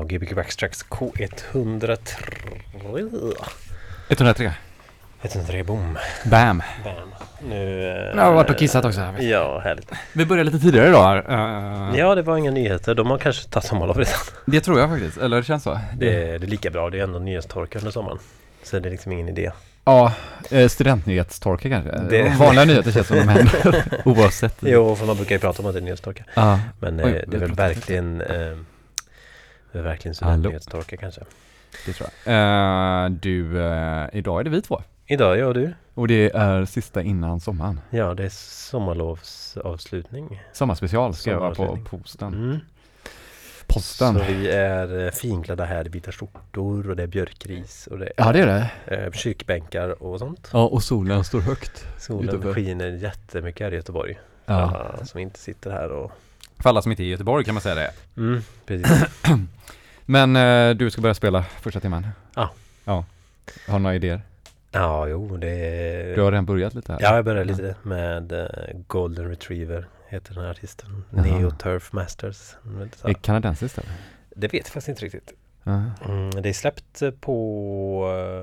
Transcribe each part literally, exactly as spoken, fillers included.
G B Q Backtracks K etthundratre. etthundratre. etthundratre, boom. Bam. Bam. Nu... Jag har varit och kissat också här. Ja, härligt. Vi börjar lite tidigare idag. Uh, ja, det var inga nyheter. De har kanske tagit sommarlov redan. Det tror jag faktiskt. Eller det känns så. Det, det är lika bra. Det är ändå nyhetstorka under sommaren. Så det är liksom ingen idé. Ja, studentnyhetstorka kanske. Det... Vanliga nyheter känns som de händer. Oavsett. Jo, för man brukar ju prata om att det är nyhetstorka. Ja. Men Oj, eh, det är väl verkligen... Eh, det är verkligen studentnyhetstorka kanske. Det tror jag. Uh, du, uh, idag är det vi två. Idag, ja du. Och det är sista innan sommaren. Ja, det är sommarlovsavslutning. Sommarspecial ska jag vara på posten. Mm. Posten. Så vi är eh, finklädda här i vita skjortor och det är björkris och det är, ja, det är det. Eh, kyrkbänkar och sånt. Ja, och solen står högt. Solen utöver. skiner jättemycket här i Göteborg. Ja. Alla som inte sitter här och... För alla som inte är i Göteborg kan man säga det. Mm, precis. Men eh, du ska börja spela första timmen. Ja. Ja. Har du några idéer? Ja, jo, det är... Du har redan börjat lite här. Ja, jag började lite med uh, Golden Retriever, heter den här artisten. Jaha. Neo Turf Masters. Är det kanadensiskt eller? Det vet jag faktiskt inte riktigt. Uh-huh. Mm, det är släppt på...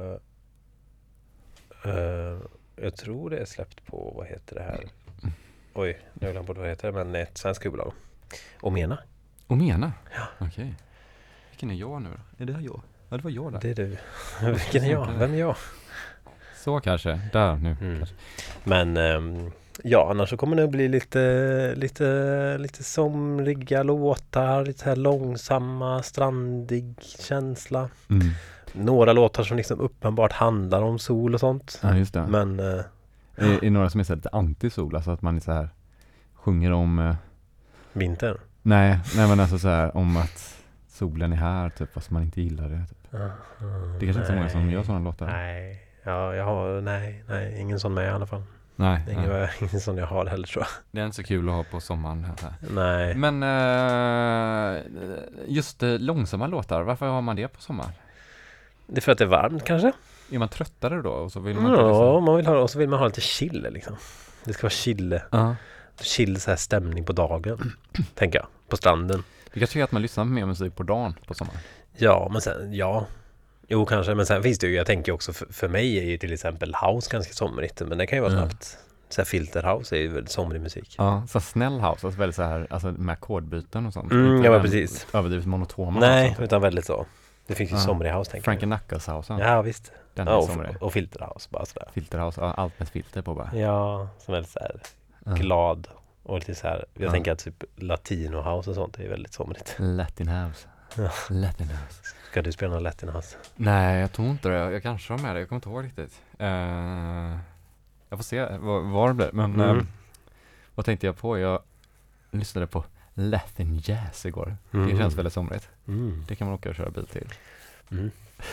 Uh, uh, jag tror det är släppt på, vad heter det här? Oj, jag har glömt bort vad det heter, men det är ett svenskt bolag. Omena. Omena? Ja. Okej. Okay. Vilken är jag nu då? Är det jag? Ja, det var jag där. Det är du. Vilken är jag? Vem är jag? Så kanske. Där nu. Mm. Men um, ja, annars så kommer det bli lite lite lite somriga låtar, lite här långsamma, strandig känsla. Mm. Några låtar som liksom uppenbart handlar om sol och sånt. Ja, just det. Men uh, är, är några som är så lite anti-sol, alltså att man är så här sjunger om uh, vintern. Nej, nej men alltså så här om att solen är här typ, fast man inte gillar det typ. Uh, uh, det är kanske inte så många som gör sådana låtar. Nej. Ja, jag har nej, nej, ingen sån med i alla fall. Nej, ingen, nej. ingen sån jag har heller, tror jag. Det är inte så kul att ha på sommaren. Nej. Men uh, just uh, långsamma låtar, varför har man det på sommaren? Det är för att det är varmt kanske. Är man tröttare då? Och så vill man ja, liksom... man vill ha, och så vill man ha lite chill liksom. Det ska vara chill. Uh-huh. Chill så här stämning på dagen, tänker jag. På stranden. Det kanske är att man lyssnar mer musik på dagen på sommaren. Ja, men sen, ja. Jo, kanske. Men sen finns det ju, jag tänker också, för, för mig är ju till exempel house ganska somrigt. Men det kan ju vara mm. snabbt. Så här filterhouse är ju väldigt somrig musik. Ja, så snäll house, alltså väldigt så här, alltså med ackordbyten och sånt. Mm, ja, men precis. Överdrivet monotoma. Nej, alltså. utan väldigt så. Det finns ju ja. somrig house, tänker Frank jag. Frank Knuckles house. Ja, visst. Den ja, är och, somrig. och filterhouse, bara sådär. Filterhouse, ja, allt med filter på bara. Ja, som är väldigt så här ja. glad. Och lite så här, jag ja. tänker att typ latino house och sånt är väldigt somrigt. Latin house. Ja. Latin house. Ska du spela någon latin house? Nej, jag tror inte det. Jag kanske har med det. Jag kommer inte ihåg riktigt. Uh, jag får se vad, vad det blir. Men mm. uh, vad tänkte jag på? Jag lyssnade på Latin jazz igår. Mm. Det känns väldigt somrigt. Mm. Det kan man åka och köra bil till. Mm.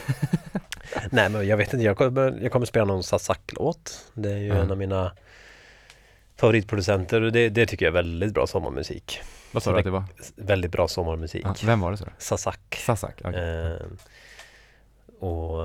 Nej, men jag vet inte. Jag kommer, jag kommer spela någon Sazak-låt. Det är ju mm. en av mina favoritproducenter. Och det, det tycker jag är väldigt bra sommarmusik. Vad sa du att det var? Väldigt bra sommarmusik. Ja, vem var det så? Sazak. Sazak, okej. Okay. Eh, och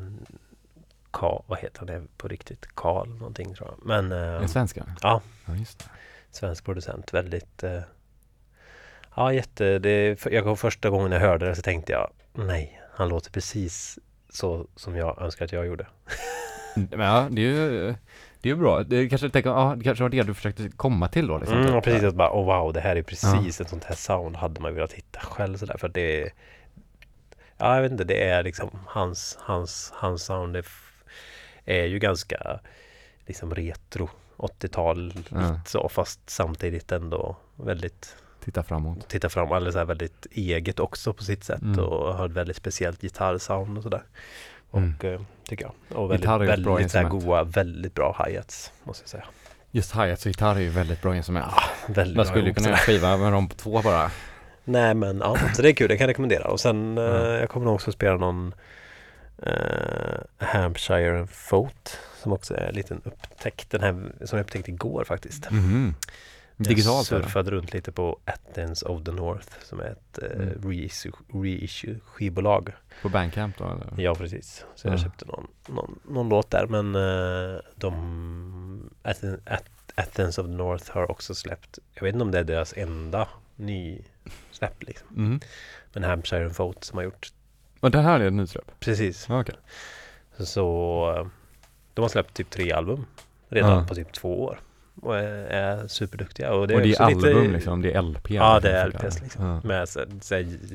Ka, vad heter det på riktigt? Karl någonting, tror jag. Men, eh, en svenska? Ja. Ja, just det. Svensk producent. Väldigt... Eh, ja, jätte... Det, jag kom första gången jag hörde det så tänkte jag, nej, han låter precis så som jag önskar att jag gjorde. Men ja, det är ju... Det är ju bra. Det kanske, tänker, ja, det kanske var det du försökte komma till då. Liksom, mm, precis. Att bara, oh, wow, det här är precis ja. ett sånt här sound hade man velat hitta själv. Sådär, för det är, ja, jag vet inte, det är liksom hans, hans, hans sound är, är ju ganska liksom retro, åttiotal ja. så, fast samtidigt ändå väldigt... Titta framåt. Titta fram, eller så här väldigt eget också på sitt sätt. Mm. Och har ett väldigt speciellt gitarrsound och sådär. Och mm. tycker jag. Och väldigt, väldigt så här goa, väldigt bra hi-hats, måste jag säga. Just hi-hats och gitarr är ju väldigt bra instrument. Ja, väldigt Man skulle bra kunna göra skiva med dem på två bara. Nej, men ja, så det är kul, det kan jag rekommendera. Och sen, mm. eh, jag kommer nog också spela någon eh, Hampshire and Foat, som också är en liten upptäckt. Den här som jag upptäckte igår faktiskt. Mm. Digitalt. Jag surfade runt lite på Athens of the North, som är ett eh, mm. reissue, reissue skivbolag. På Bandcamp då? Eller? Ja, precis. Så jag ja. köpte någon, någon, någon låt där. Men eh, de Athens, Athens of the North har också släppt, jag vet inte om det är deras enda ny släpp liksom. Mm. Men Hampshire and Foat som har gjort. Och det här är ett nysläpp? Precis. Ja, okej. Så, så de har släppt typ tre album redan Ja. på typ två år. Och är, är superduktiga. Och det är, Och det är också album lite, liksom, det är L P. Ja, det är L liksom. Ps liksom. Ja. Med så, så,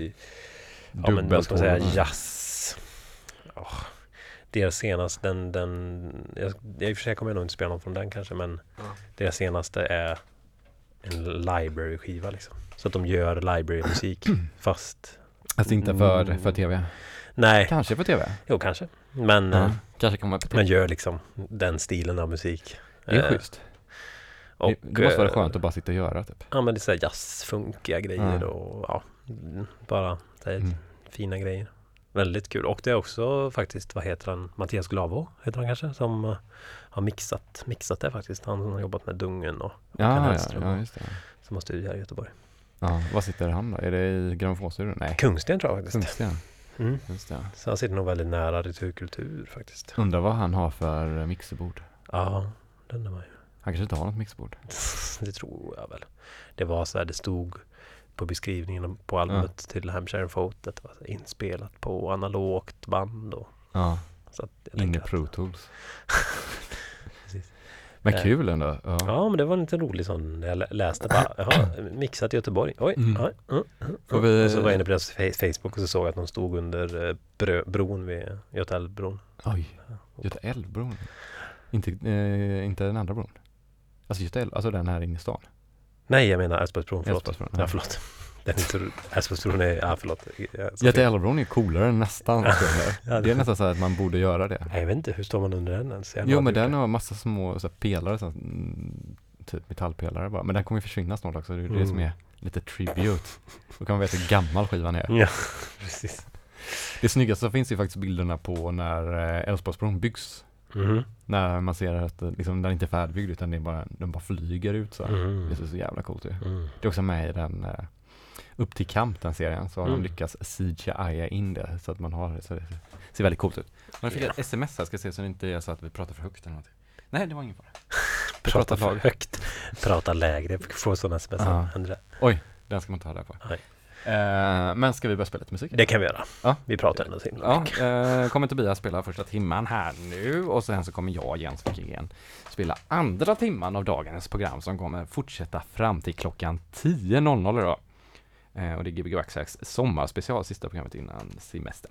ja, men vad ska man säga, jazz. Oh, deras senaste, den, den jag, jag i och för sig kommer jag nog inte spela någon från den kanske, men Ja. deras senaste är en library-skiva liksom. Så att de gör library-musik fast... Alltså inte för, Mm. för tv? Nej, Kanske för tv? jo kanske. Men, Ja. eh, Kanske kan man på tv. men gör liksom den stilen av musik. Det är Eh, schysst. Och, det, det måste vara eh, skönt att bara sitta och göra typ. Ja, men det är så här jazzfunkiga grejer Ja. och ja, mm, bara så här, Mm. fina grejer. Väldigt kul. Och det är också faktiskt, vad heter han? Mattias Glavo heter han kanske, som uh, har mixat, mixat det faktiskt. Han som har jobbat med Dungen och Håkan Ja, ja, Hellström, ja, just det. som har studier här i Göteborg. Ja, var sitter han då? Är det i grammofonstudion? Nej. Kungsten tror jag faktiskt. Kungsten. Mm. Just det. Så han sitter nog väldigt nära returkultur faktiskt. Undrar vad han har för mixerbord. Ja, den är man ju. Han kanske inte har något mixerbord. Det tror jag väl. Det var så här, det stod på beskrivningen på albumet till Hampshire and Foat att det var så här inspelat på analogt band och Ja, så att jag inne tänker i att- Pro Tools. Precis. Men Eh. kul ändå. Ja. Ja, men det var en lite rolig sån. Jag lä- läste bara, jaha, mixat i Göteborg. Oj, Mm. oj, mm, mm, Får vi- Och så var jag inne på deras fe- Facebook och så såg jag att de stod under eh, brö- bron vid Göta älvbron. Oj, Göta älvbron. Inte, eh, inte den andra bron. Alltså Göta älv, alltså den här inne i stan. Nej, jag menar Älvsborgsbron, förlåt. Älvsborgsbron, Ja, ja. förlåt. Den är inte, Älvsborgsbron är, ja förlåt. Jag sa Göta fel. älvbron är coolare än nästan. Ja, det det- är nästan så här att man borde göra det. Nej, jag vet inte, hur står man under den ens? Jag har Jo, aldrig men den gjort har massa små så här, pelare, så här, mm, typ metallpelare bara. Men den kommer ju försvinna snart också. Det är det Mm. som är lite tribute. Då kan man veta hur gammal skivan är. det. Ja, precis. Det snyggaste så finns ju faktiskt bilderna på när eh, Älvsborgsbron byggs. Mhm. När man ser att eh, liksom, den inte är färdigbyggd utan det är bara, den bara flyger ut så. Mhm. Det ser så jävla coolt ut. Mm. Det är också med i den eh, Upp till kamp, den serien, så har Mm. de lyckats C G I in det så att man har det, så det ser väldigt coolt ut. Man fick Ja. ett sms här, ska se så det inte är så att vi pratar för högt eller någonting. Nej, det var ingen fara. Prata pratar för lag. högt. Prata lägre. Får sådana sms. Ja. Händer det? Oj, den ska man ta där på. Nej. Eh, men ska vi börja spela lite musik? Det kan vi göra. Ja. Vi pratar ändå till. Ja, eh, kommer Tobias spela första timman här nu och sen så kommer jag, Jens Wikegren, spela andra timman av dagens program som kommer fortsätta fram till klockan tio noll noll idag. Eh, och det är Gbg Waxax sommarspecial, sista programmet innan semestern.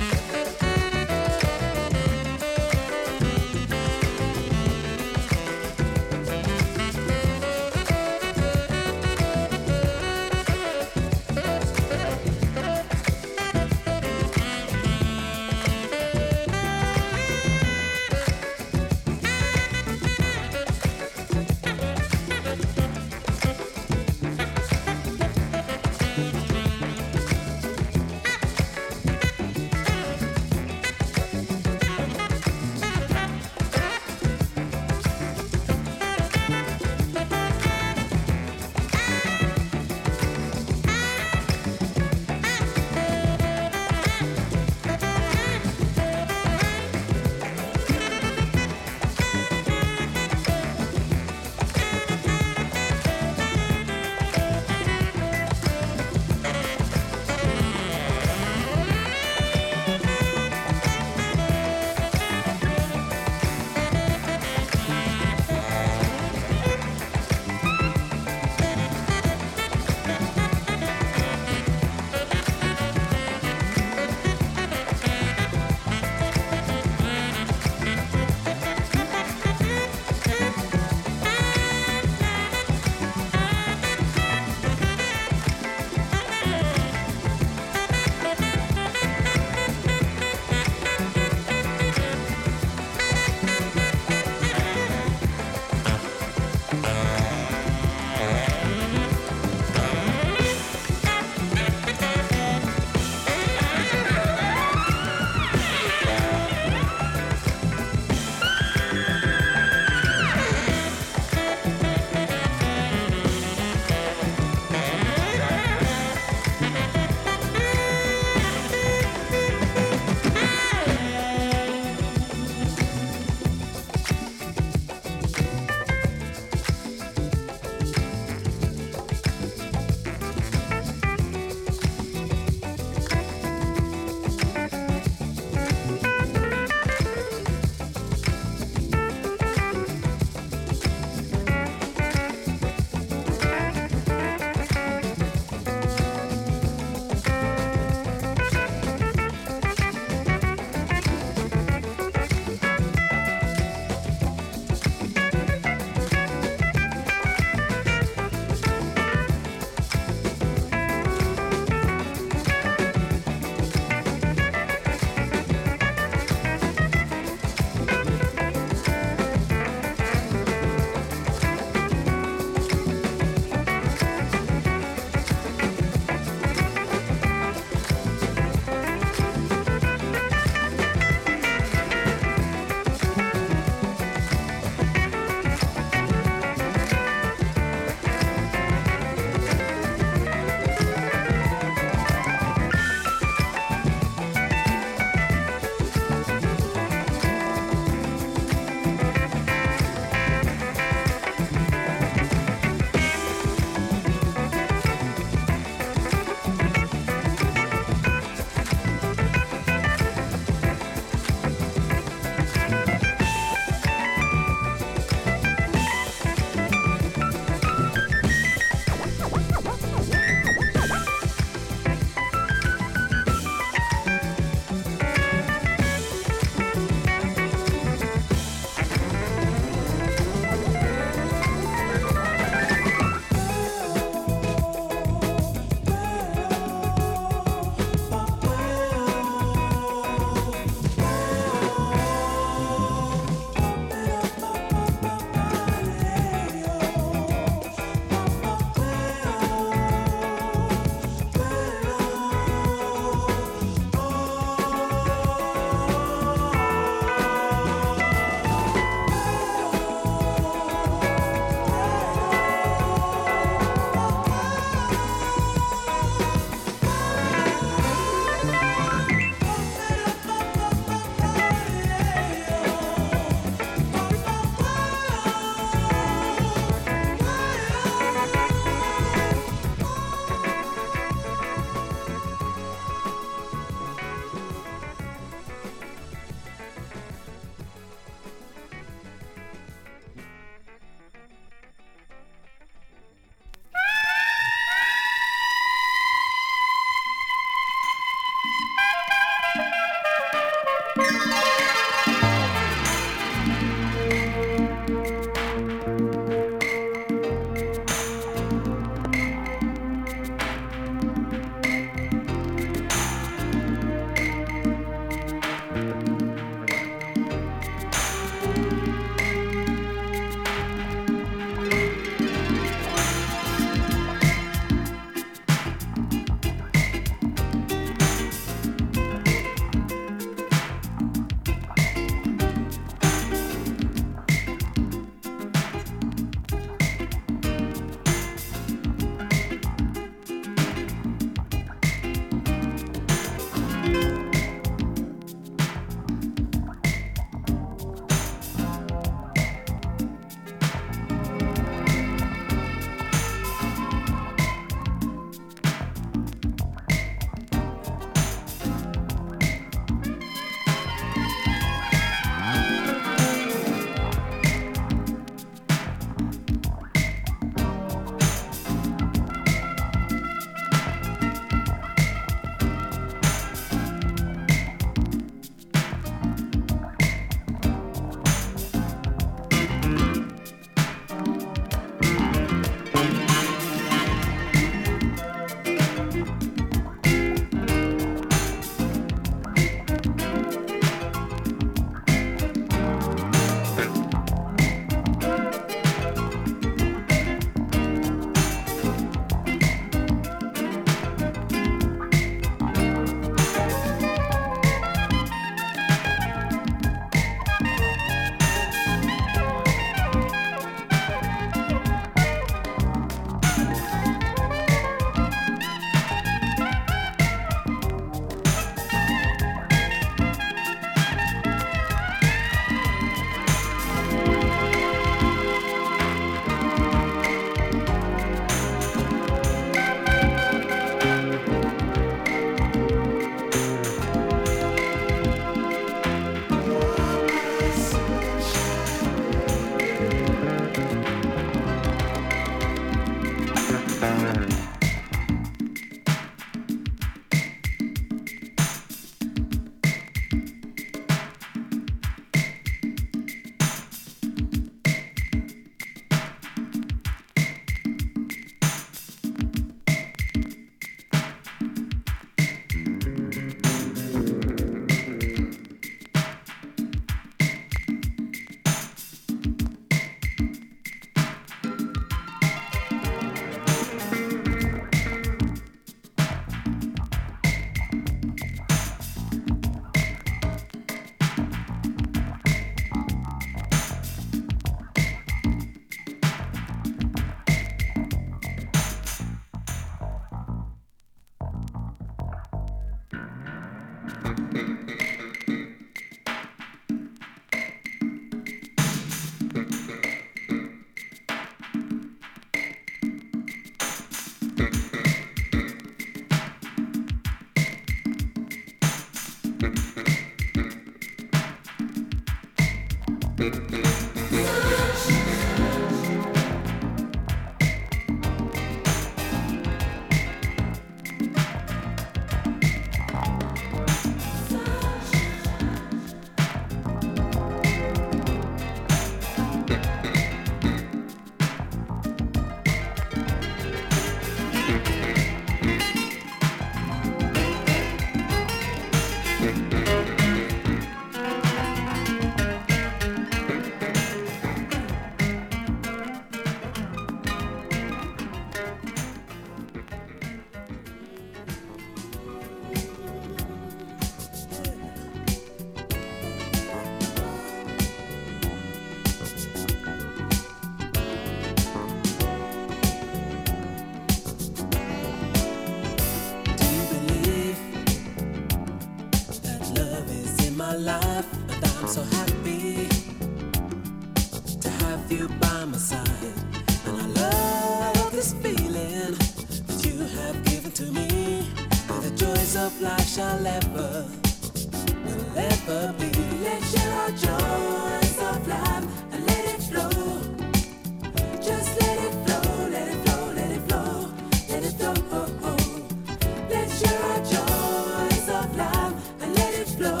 Life, and I'm so happy to have you by my side. And I love this feeling that you have given to me. And the joys of life shall ever, will ever be. Let's share our joys of life and let it flow. Just let it flow, let it flow, let it flow, let it flow. Oh, oh. Let's share our joys of life and let it flow.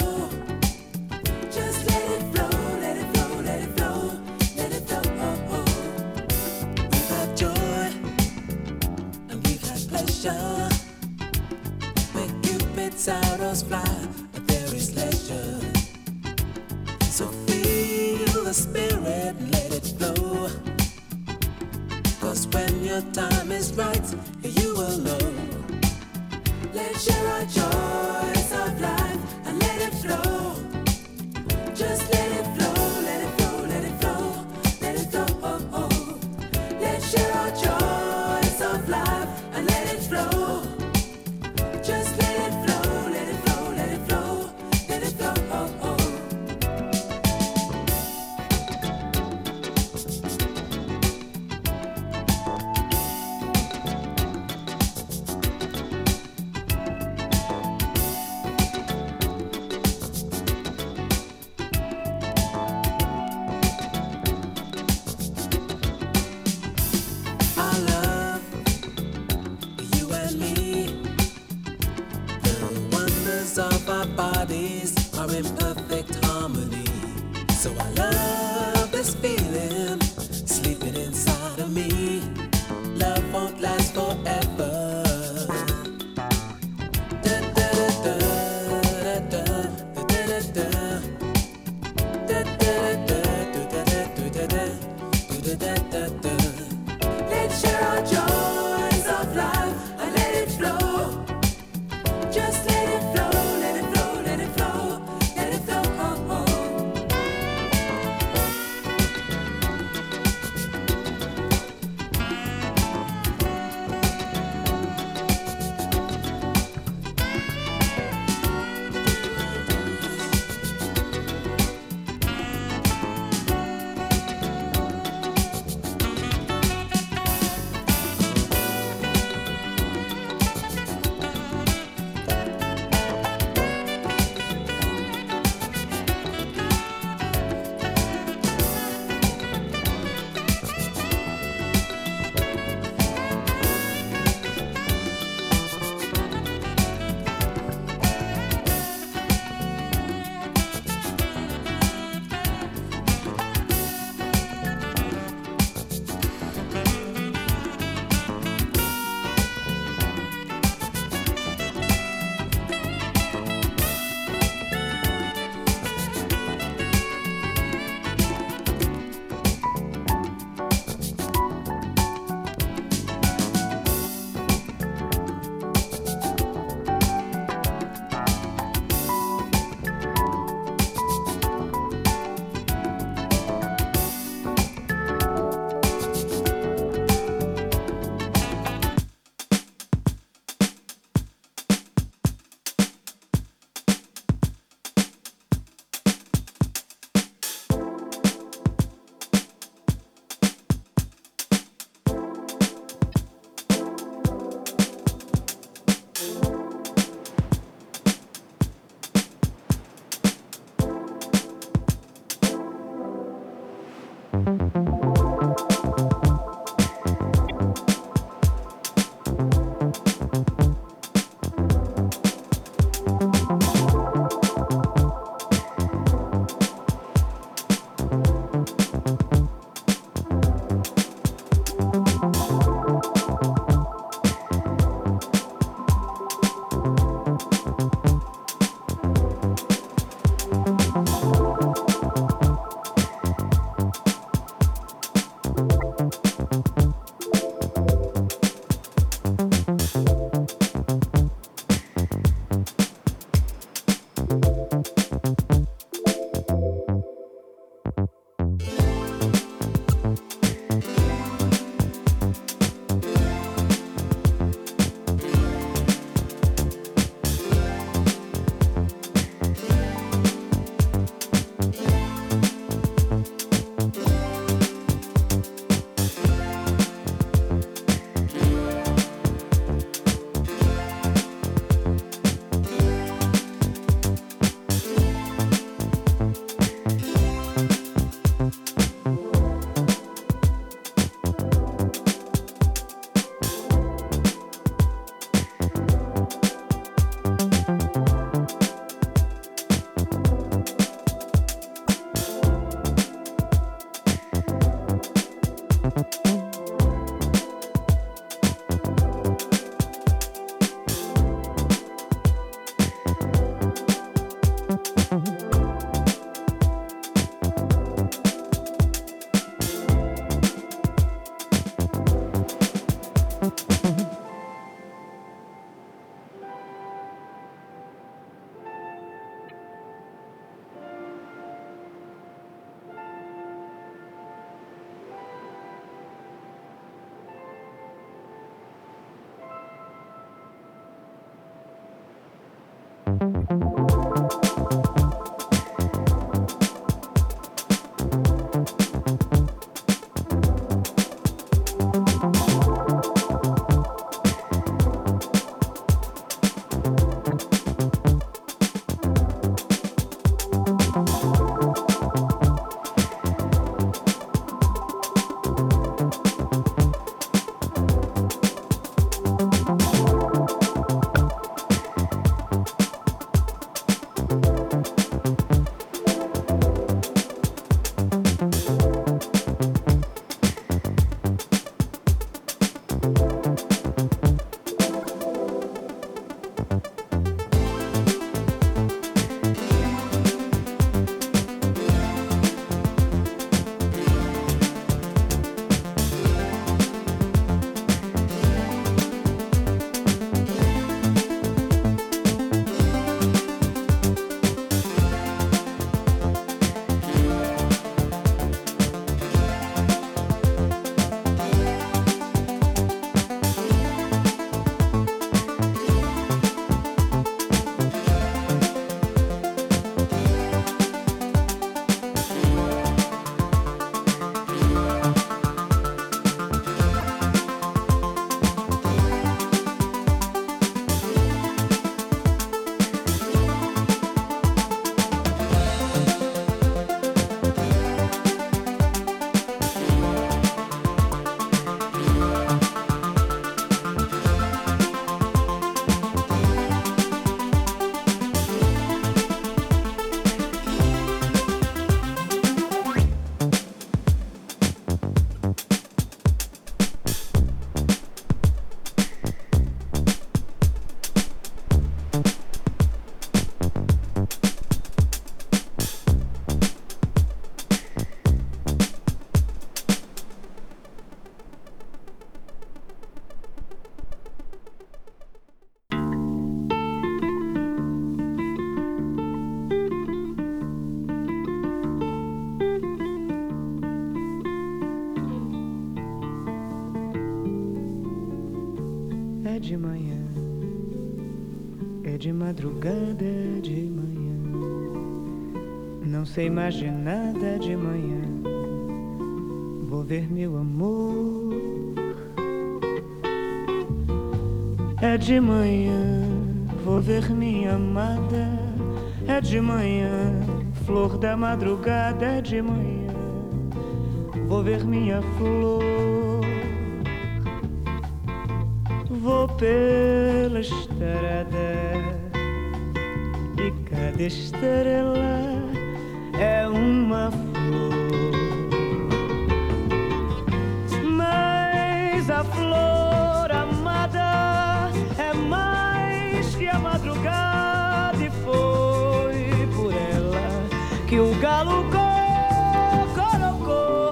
Where Cupid's arrows fly, there is leisure. So feel the spirit and let it flow. Cause when your time is right, you will know. Let's share our joys of life and let it flow. Just let it flow, let it flow, let it flow, let it flow. Oh, oh. Let's share our joys of life and let it flow. Just let it flow, let it flow, let it flow, let it flow. Oh, oh. Our love, you and me, the wonders of our bodies are in perfect harmony. So I love this feeling sleeping inside of me. Love won't last forever. Da, da, da, da, da, da, da, da. Da, da, da, da, da, da, da, da, da, da, da. Let's share our joys of life and let it flow. Just let it flow, let it flow, let it flow, let it flow. Oh, oh. é de manhã, é de madrugada, é de manhã. Não sei mais de nada de manhã. Vou ver meu amor. É de manhã, vou ver minha amada. É de manhã, flor da madrugada, é de manhã. vou ver minha flor, vou pela estrada e cada estrela é uma flor, mas a flor amada é mais que a madrugada e foi por ela que o galo cocorocou.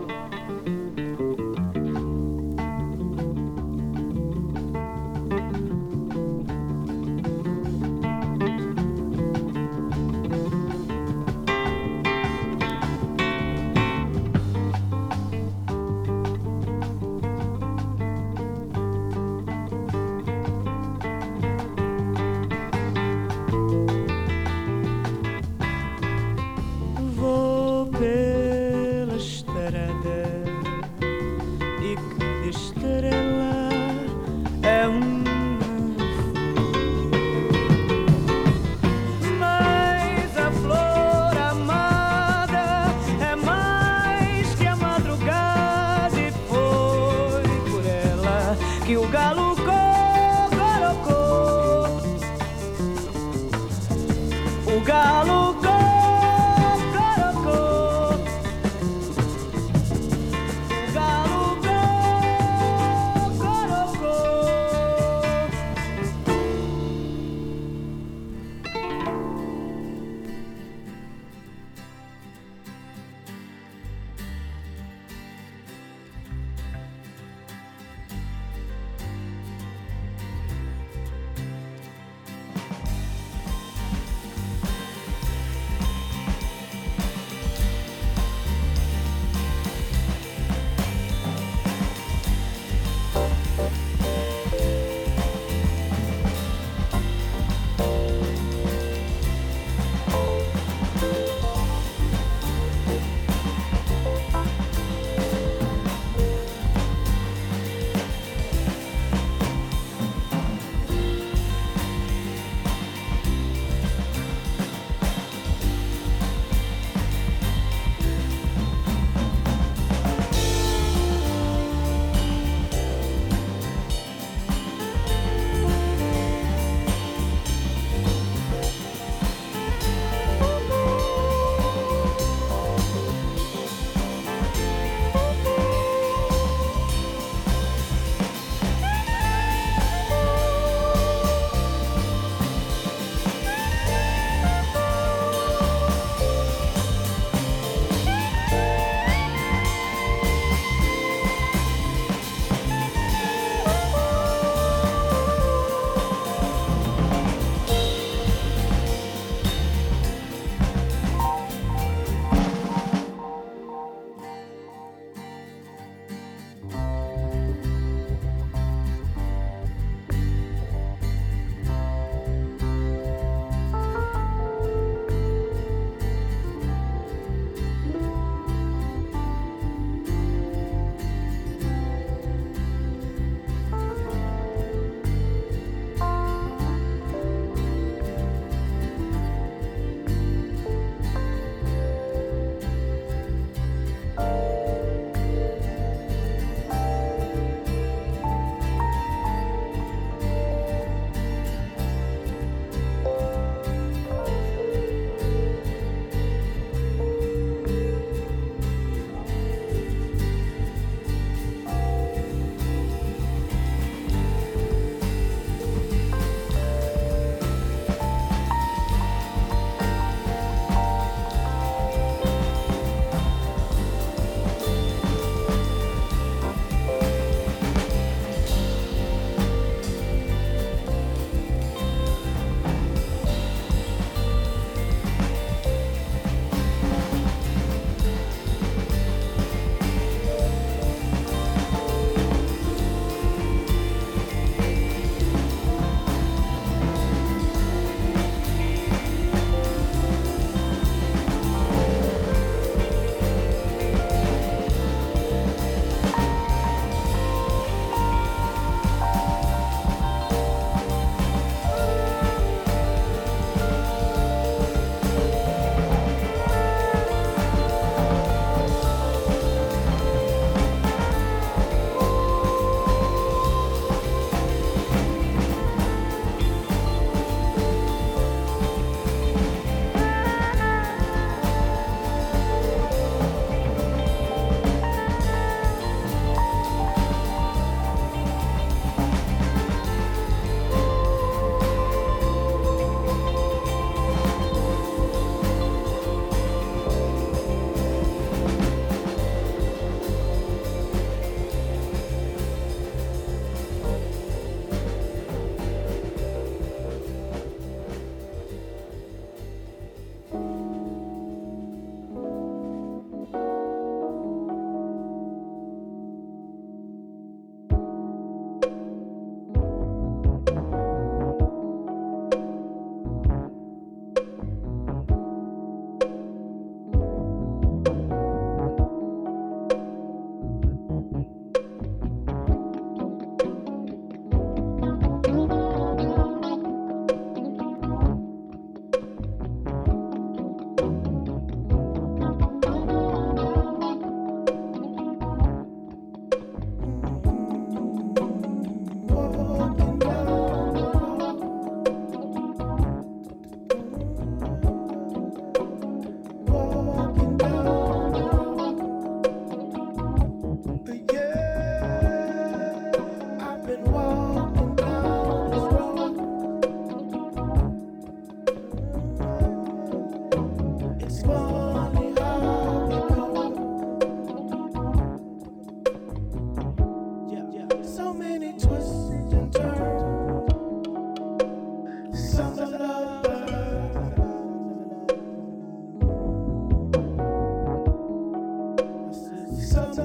Vou pela estrada e cada estrela é uma flor, mas a flor amada é mais que a madrugada e foi por ela que o galo cocorocou. O galo cocorocou. O galo cocorocou.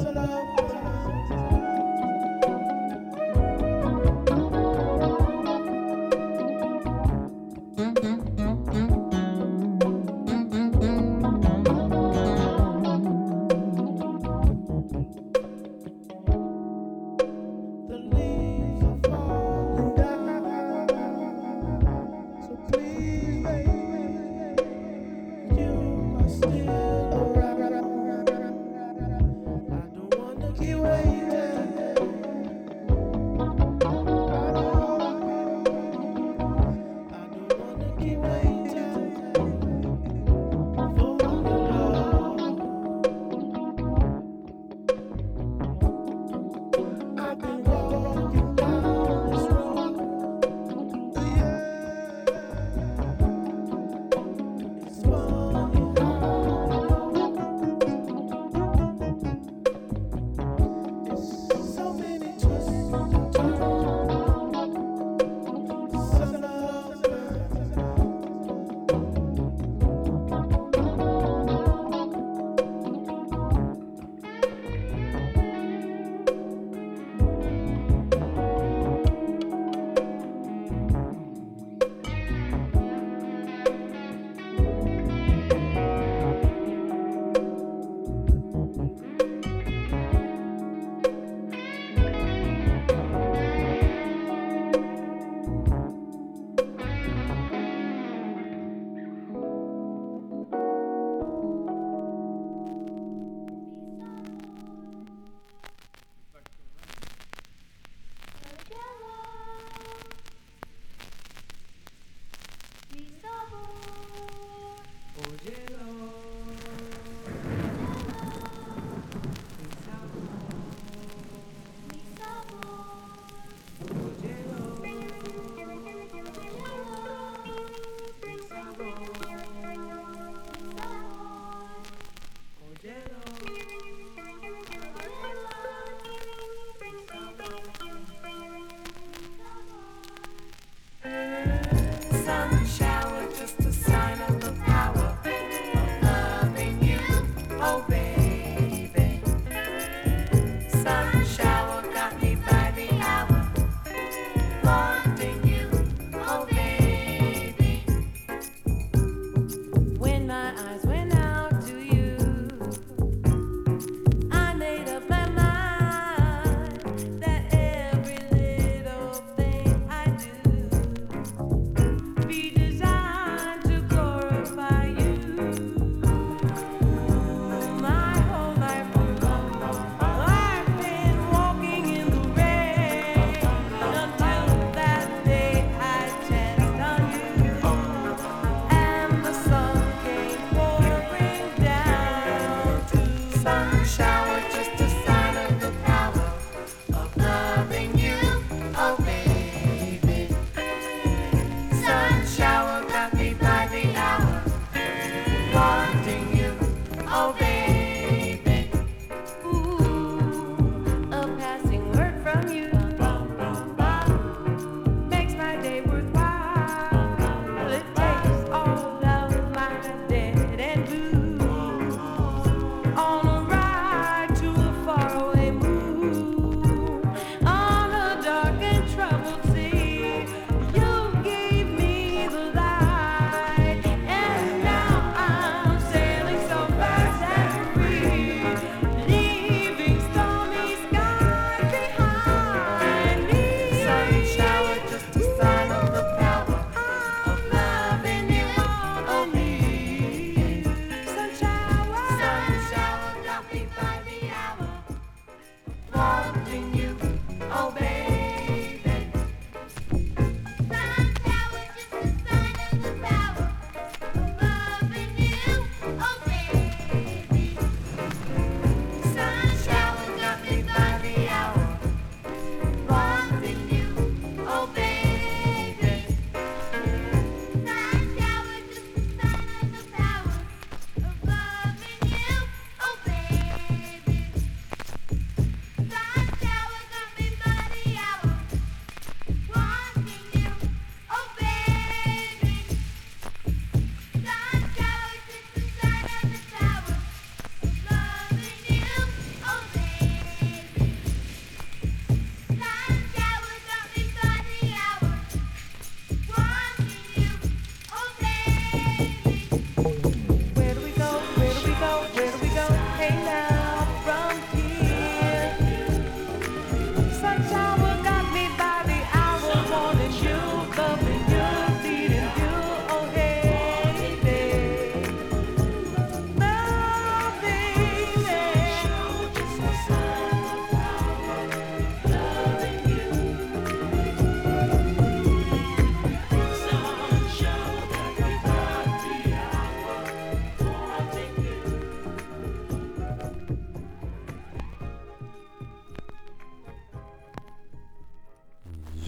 And now I'm sailing so fast.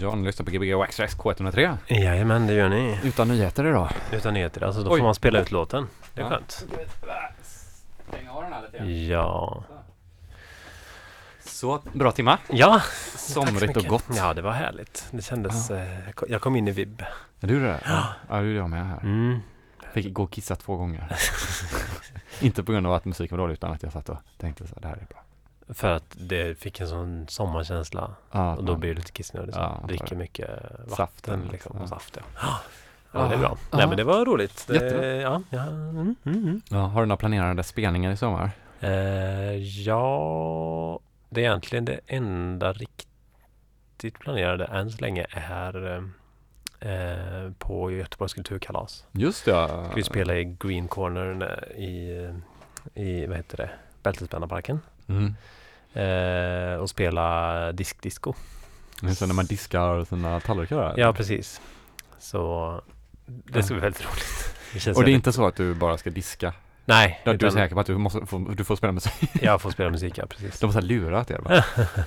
Ja, ni lyssnar på G B G Wax Trax K ett noll tre. Jajamän, det gör ni. Utan nyheter idag. Utan nyheter, alltså då Oj. får man spela ut låten. Det är Ja. skönt. Stäng av den här lite grann. Ja. Så, bra timma. Ja, Somrigt och gott. Ja, det var härligt. Det kändes... Eh, jag kom- jag kom in i vibb. Är du det? Ja, ja det är jag med här. Mm. Fick gå och kissa två gånger. Inte på grund av att musiken var dålig utan att jag satt och tänkte så här, det här är bra. För att det fick en sån sommarkänsla. Ja, Och då man- blir det lite kissnödig. Ja, Ja, antar dricker det. mycket vatten Saften, liksom. ja. Och saft, ja. Ja, det är bra. Ja. Nej, men det var roligt. Det, Jättebra. ja, ja, mm, mm, mm. Ja, har du några planerade spelningar i sommar? Eh, ja, det är egentligen det enda riktigt planerade än så länge är eh, på Göteborgs kulturkalas. Just det. Ja. Ska vi spela i Green Corner i, i vad heter det, Bältespännarparken. Mm. Eh, och spela diskdisco. Men sen när man diskar sina tallrikar där. Ja, precis. Så det ska bli väldigt roligt. Det känns Och det är väldigt- inte så att du bara ska diska? Nej, Du, du är utan säker på att du, måste få, du får spela musik? jag får spela musik, ja, precis. De har så här lurat er bara.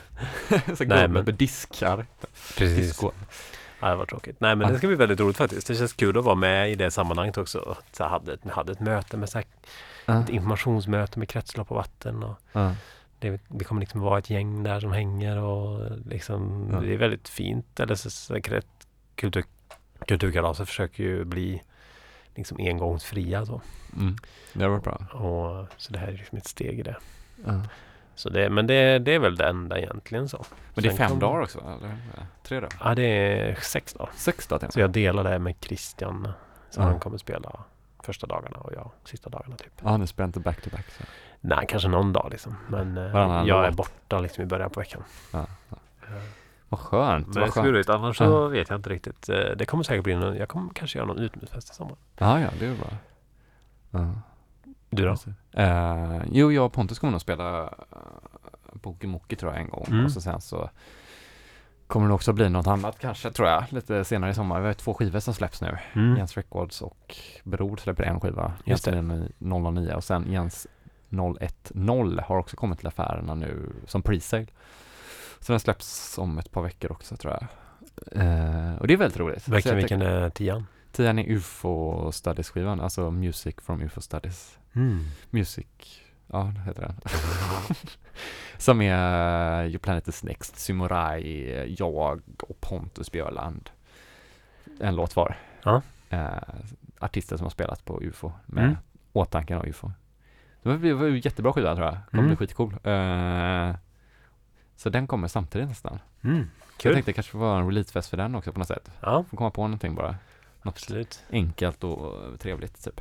så Nej, Nej, men- med diskar. Precis. Disco. Ja, det var tråkigt. Nej, men Ja. det ska bli väldigt roligt faktiskt. Det känns kul att vara med i det sammanhanget också. Så jag hade ett, hade ett möte med så här, Ja. ett informationsmöte med kretslopp och vatten. Och Ja. det, det kommer liksom vara ett gäng där som hänger och liksom, Ja. det är väldigt fint. Eller så, så, krets- kultur, kulturkalaset försöker ju bli liksom engångsfria så. Mm. Det har varit bra. Och, så det här är liksom ett steg i det. Ja. Så det men det, det är väl det enda egentligen så. Men det är Sen fem kom- dagar också, eller? Ja, Tre dagar? Ja, det är sex dagar. Sex dagar till och Så med. jag delar det med Christian. Så Ja. han kommer spela första dagarna och jag sista dagarna typ. Ja, ni spelar inte back to back. Så. Nej, kanske någon dag liksom. Men eh, Varannan jag är låt. borta liksom i början på veckan. Ja. Ja. Eh, Vad skönt. Men Vad det ska skönt. bli roligt. Annars Ja. så vet jag inte riktigt. Eh, Det kommer säkert bli någon, jag kommer kanske göra någon utomhusfest i sommar. Ja, ja, det är bra. Ja. Du då? Uh, jo, jag och Pontus kommer nog spela uh, Bokemoki tror jag en gång. Mm. Och så sen så kommer det också bli något annat kanske tror jag. Lite senare i sommar. Vi har två skivor som släpps nu. Mm. Jens Records och Bror släpper en skiva. Just Jens det. noll noll nio och sen Jens noll ett noll har också kommit till affärerna nu som pre-sale. Så den släpps om ett par veckor också tror jag. Uh, och det är väldigt roligt. Så Vilken, jag vilken är tian? Tian är U F O Studies-skivan, alltså Music from U F O Studies. Mm. Music, ja det heter den. Som är uh, Your Planet is Next, Samurai, jag och Pontus Björland. En låt var. Ja. Uh, artister som har spelat på U F O med Mm. åtanken av U F O. Det var, det var ju jättebra skiva tror jag. Det kommer Mm. bli skitcool. Uh, så den kommer samtidigt nästan. Mm. Jag Kul. tänkte kanske vara en releasefest för den också på något sätt. Ja, Få komma på någonting bara. Något absolut. enkelt och trevligt typ.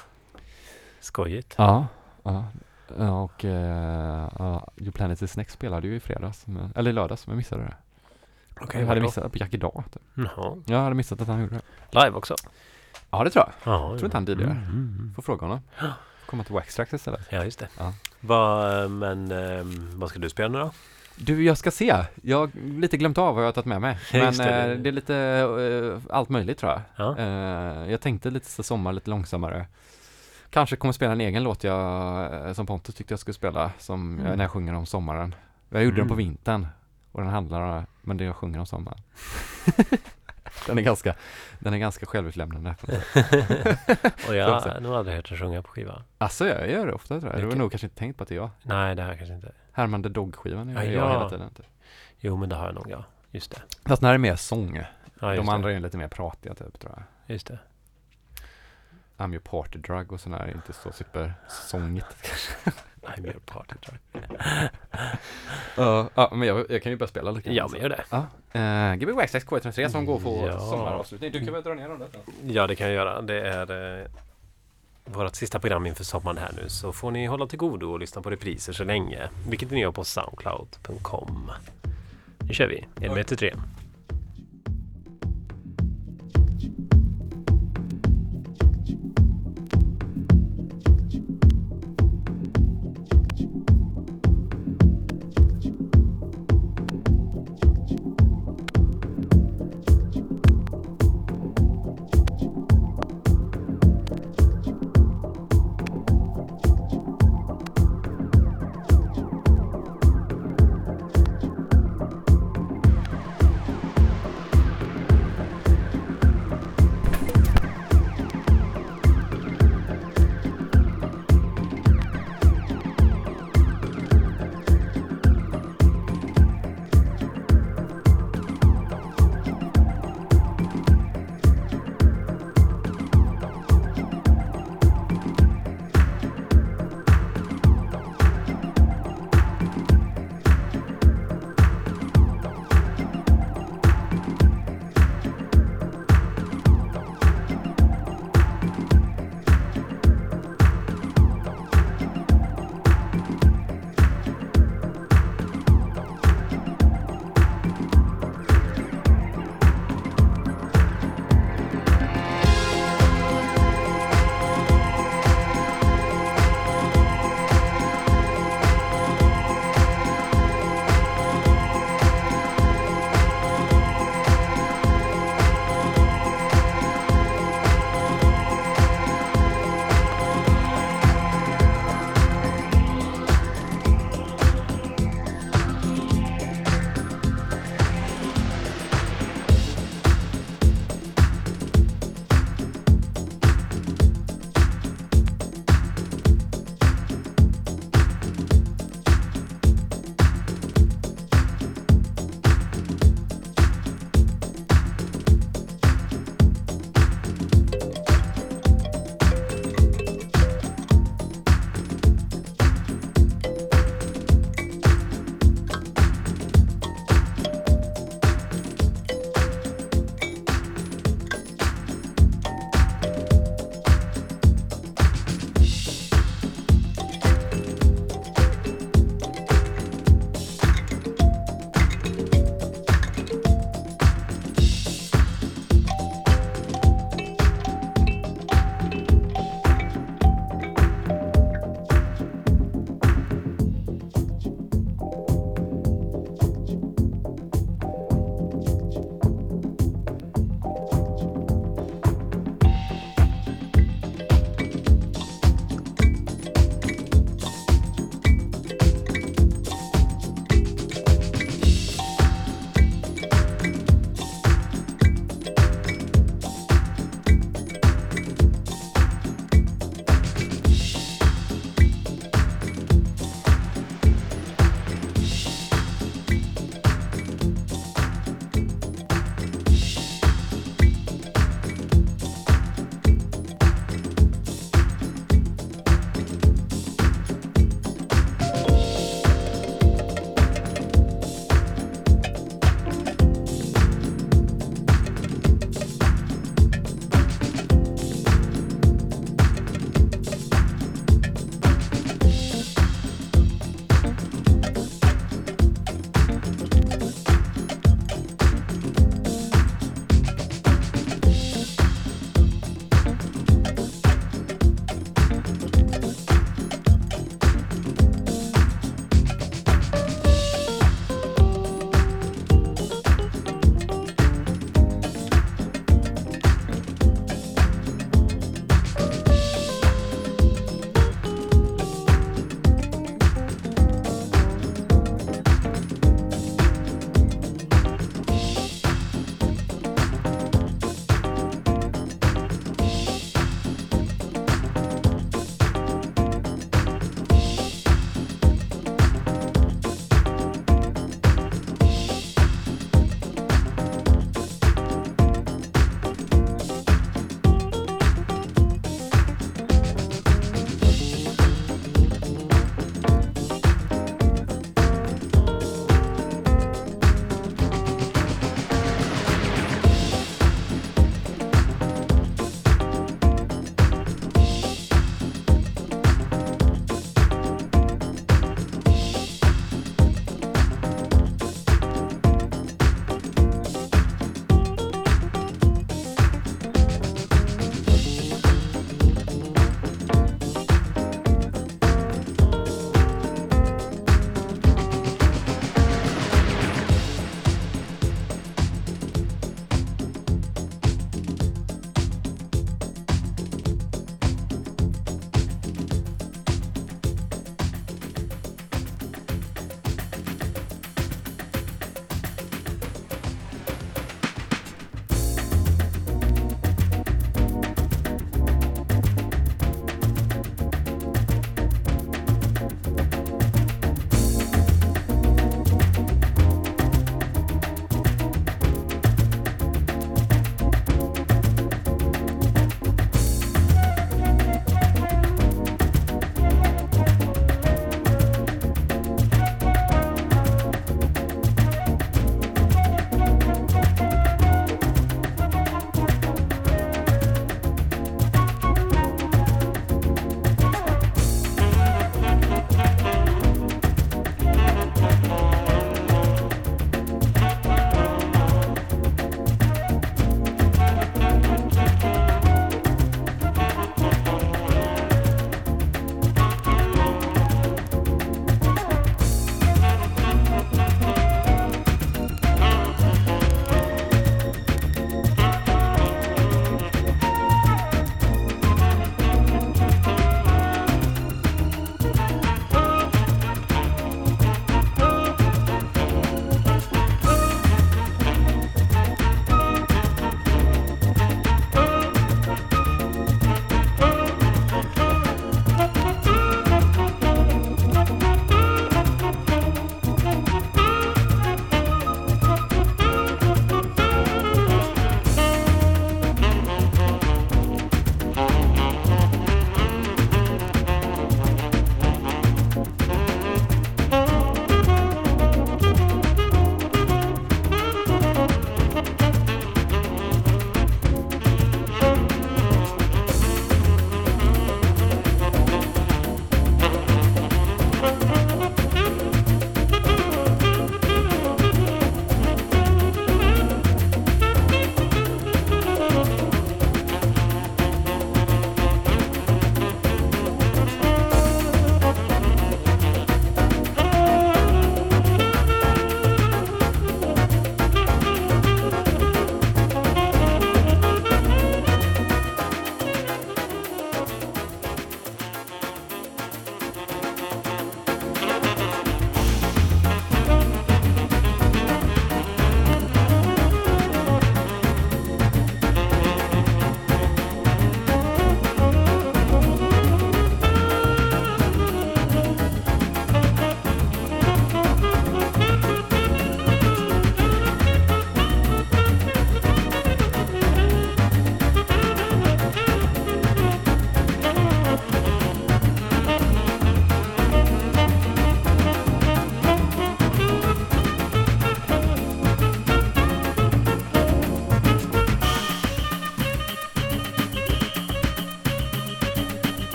Skojigt. Ja, ja. Ja, och uh, ja, Your Planet is Next spelade ju i fredags, men, eller i lördags, men jag missade det. Okej, jag hade vadå? missat på Jack idag. Typ. Jaha. Jag hade missat att han gjorde det. Live också? Ja, det tror jag. Ja, tror inte han DJar. Mm, mm, mm. Får fråga honom. Komma till Waxtrax istället. Ja, just det. Ja. Vad, men ehm, vad ska du spela nu då? Du, jag ska se. Jag har lite glömt av vad jag har tagit med mig. Ja, Men just det. det. det är lite eh, allt möjligt tror jag. Ja. Eh, jag tänkte lite så sommar, lite långsammare. Kanske kommer spela en egen låt jag, eh, som Pontus tyckte jag skulle spela som Mm. när jag sjunger om sommaren. Jag gjorde den på Mm. vintern och den handlar om, men det jag sjunger om sommaren. den är ganska, den är ganska självutlämnande. Och jag Så- har nog aldrig hört dig sjunga på skiva. Alltså jag gör det ofta tror jag. Du har Vilket- nog kanske inte tänkt på att det är jag. Nej, det har jag kanske inte. Herman the Dog-skivan är Ja, jag ja. hela tiden. Typ. Jo, men det har jag nog, ja. Just det. Fast när det är mer sång. Ja, just De andra det. är lite mer pratiga typ tror jag. Just det. I'm your party drug och sådär är inte så supersångigt. I'm your party drug. Ja, ja, men jag, jag kan ju börja spela lite. Ja, men gör det. Ja. Uh, G B Waxtrax K ett noll tre som går på Ja. sommaravslutning. Du kan väl dra ner dem där? Ja, det kan jag göra. Det är eh, vårt sista program inför sommaren här nu. Så får ni hålla till godo och lyssna på repriser så länge. Vilket ni gör på soundcloud punkt com. Nu kör vi. En meter tre.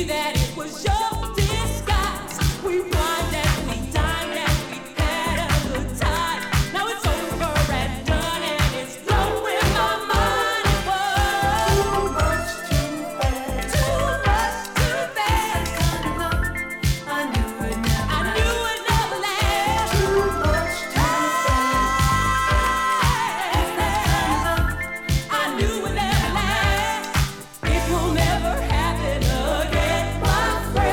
It will never happen again, my friend.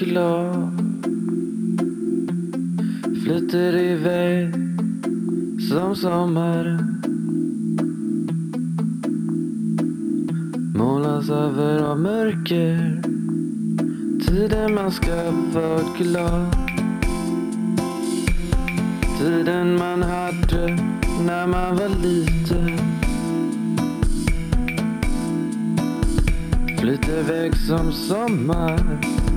glad. Flyter iväg som sommaren. Målas över av mörker. Tiden man ska vara glad. Tiden man hade när man var liten. Flyter iväg som sommar.